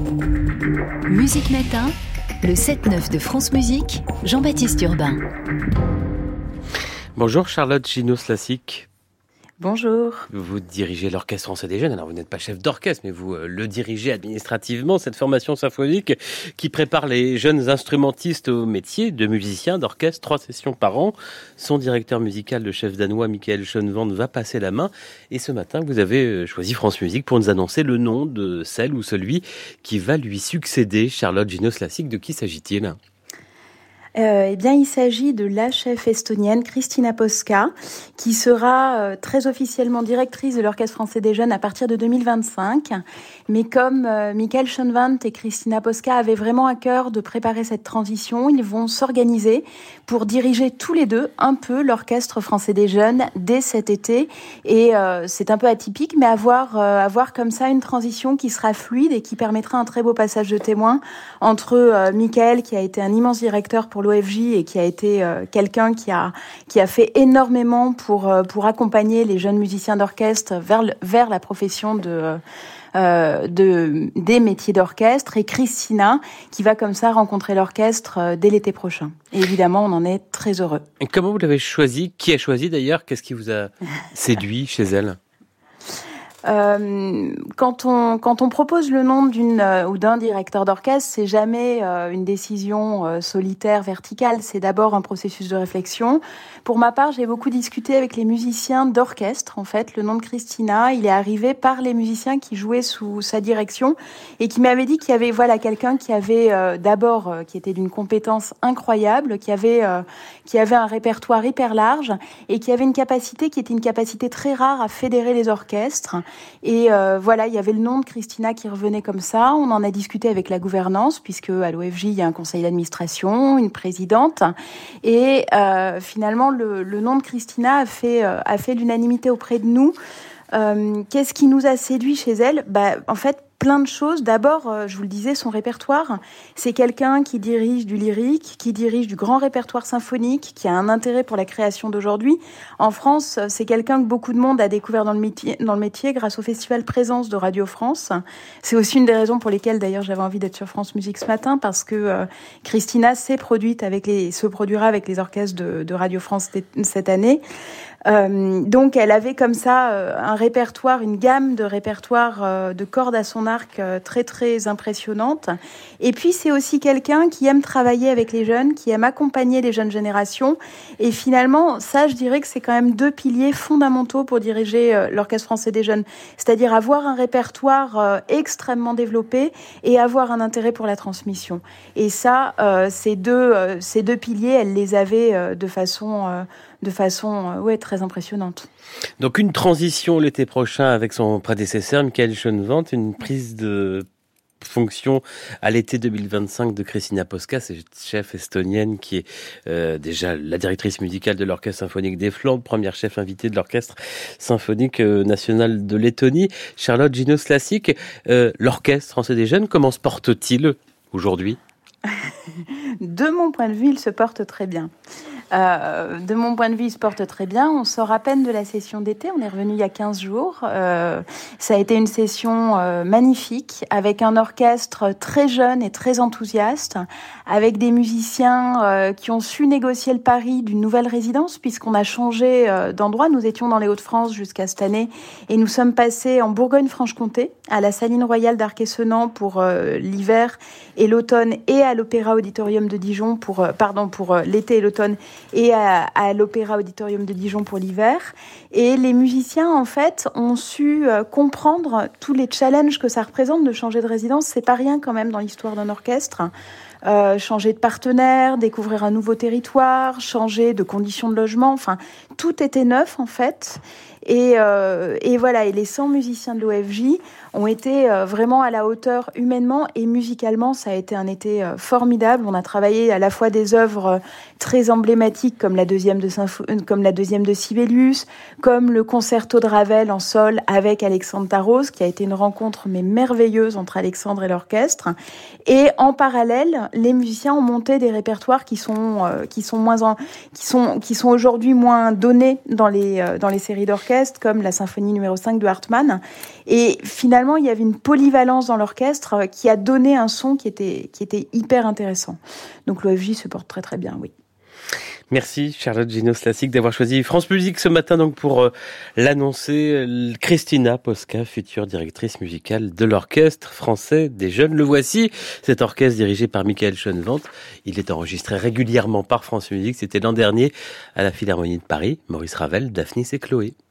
Musique Matin, le 7-9 de France Musique, Jean-Baptiste Urbain. Bonjour Charlotte Ginoslacic. Bonjour. Vous dirigez l'Orchestre Français des Jeunes. Alors vous n'êtes pas chef d'orchestre, mais vous le dirigez administrativement, cette formation symphonique qui prépare les jeunes instrumentistes au métier de musicien d'orchestre, 3 sessions par an. Son directeur musical, le chef danois Michael Schoenwandt, va passer la main. Et ce matin, vous avez choisi France Musique pour nous annoncer le nom de celle ou celui qui va lui succéder. Charlotte Ginoslacic, de qui s'agit-il ? Eh bien, il s'agit de la chef estonienne Kristiina Poska, qui sera très officiellement directrice de l'Orchestre Français des Jeunes à partir de 2025. Mais comme Michael Schoenwandt et Kristiina Poska avaient vraiment à cœur de préparer cette transition, ils vont s'organiser pour diriger tous les deux un peu l'Orchestre Français des Jeunes dès cet été. Et c'est un peu atypique, mais avoir comme ça une transition qui sera fluide et qui permettra un très beau passage de témoin entre Michael, qui a été un immense directeur pour l'OFJ et qui a été quelqu'un qui a fait énormément pour accompagner les jeunes musiciens d'orchestre vers la profession des métiers d'orchestre, et Kristiina qui va comme ça rencontrer l'orchestre dès l'été prochain. Et évidemment, on en est très heureux. Et comment vous l'avez choisi ? Qui a choisi d'ailleurs ? Qu'est-ce qui vous a séduit chez elle ? Quand on propose le nom d'une ou d'un directeur d'orchestre, c'est jamais une décision solitaire, verticale. C'est d'abord un processus de réflexion. Pour ma part, j'ai beaucoup discuté avec les musiciens d'orchestre. En fait, le nom de Kristiina, il est arrivé par les musiciens qui jouaient sous sa direction et qui m'avaient dit qu'il y avait quelqu'un qui avait qui était d'une compétence incroyable, qui avait un répertoire hyper large et qui avait une capacité très rare à fédérer les orchestres. Et il y avait le nom de Kristiina qui revenait comme ça. On en a discuté avec la gouvernance, puisque à l'OFJ, il y a un conseil d'administration, une présidente. Et finalement, le nom de Kristiina a fait l'unanimité auprès de nous. Qu'est-ce qui nous a séduit chez elle ? En fait, plein de choses. D'abord, je vous le disais, son répertoire. C'est quelqu'un qui dirige du lyrique, qui dirige du grand répertoire symphonique, qui a un intérêt pour la création d'aujourd'hui. En France, c'est quelqu'un que beaucoup de monde a découvert dans le métier grâce au Festival Présence de Radio France. C'est aussi une des raisons pour lesquelles, d'ailleurs, j'avais envie d'être sur France Musique ce matin, parce que Kristiina se produira avec les orchestres de Radio France cette année. Donc elle avait comme ça un répertoire, une gamme de répertoires de cordes à son arc très très impressionnante. Et puis c'est aussi quelqu'un qui aime travailler avec les jeunes, qui aime accompagner les jeunes générations. Et finalement, ça, je dirais que c'est quand même 2 piliers fondamentaux pour diriger l'Orchestre Français des Jeunes. C'est-à-dire avoir un répertoire extrêmement développé et avoir un intérêt pour la transmission. Et ça, ces deux piliers, elle les avait de façon très impressionnante. Donc une transition l'été prochain avec son prédécesseur, Michael Schoenwandt, une prise de fonction à l'été 2025 de Kristiina Poska, cette chef estonienne qui est déjà la directrice musicale de l'Orchestre Symphonique des Flandres, première chef invitée de l'Orchestre Symphonique National de Lettonie. Charlotte Ginoslacic, l'Orchestre Français des Jeunes, comment se porte-t-il aujourd'hui ? De mon point de vue, il se porte très bien. Il se porte très bien. On sort à peine de la session d'été. On est revenu il y a 15 jours. Ça a été une session magnifique, avec un orchestre très jeune et très enthousiaste, avec des musiciens qui ont su négocier le pari d'une nouvelle résidence, puisqu'on a changé d'endroit. Nous étions dans les Hauts-de-France jusqu'à cette année, et nous sommes passés en Bourgogne-Franche-Comté, à la Saline Royale d'Arc-et-Senans pour l'hiver et l'automne, et à l'Opéra Auditorium de Dijon pour l'été et l'automne, et à l'Opéra Auditorium de Dijon pour l'hiver. Et les musiciens, en fait, ont su comprendre tous les challenges que ça représente de changer de résidence. C'est pas rien quand même dans l'histoire d'un orchestre. Changer de partenaire, découvrir un nouveau territoire, changer de conditions de logement, enfin, tout était neuf en fait. Et les 100 musiciens de l'OFJ ont été vraiment à la hauteur humainement et musicalement. Ça a été un été formidable. On a travaillé à la fois des œuvres très emblématiques comme la deuxième de Sibelius, comme le concerto de Ravel en sol avec Alexandre Tarros, qui a été une rencontre mais merveilleuse entre Alexandre et l'orchestre. Et en parallèle, les musiciens ont monté des répertoires qui sont aujourd'hui moins donnés dans les séries d'orchestre, d'orchestre, comme la symphonie numéro 5 de Hartmann. Et finalement, il y avait une polyvalence dans l'orchestre qui a donné un son qui était hyper intéressant. Donc l'OFJ se porte très très bien, oui. Merci Charlotte Ginos-Lassic d'avoir choisi France Musique ce matin donc pour l'annoncer. Christina Posca, future directrice musicale de l'Orchestre français des jeunes. Le voici, cet orchestre dirigé par Michael Schoenwandt. Il est enregistré régulièrement par France Musique. C'était l'an dernier à la Philharmonie de Paris. Maurice Ravel, Daphnis et Chloé.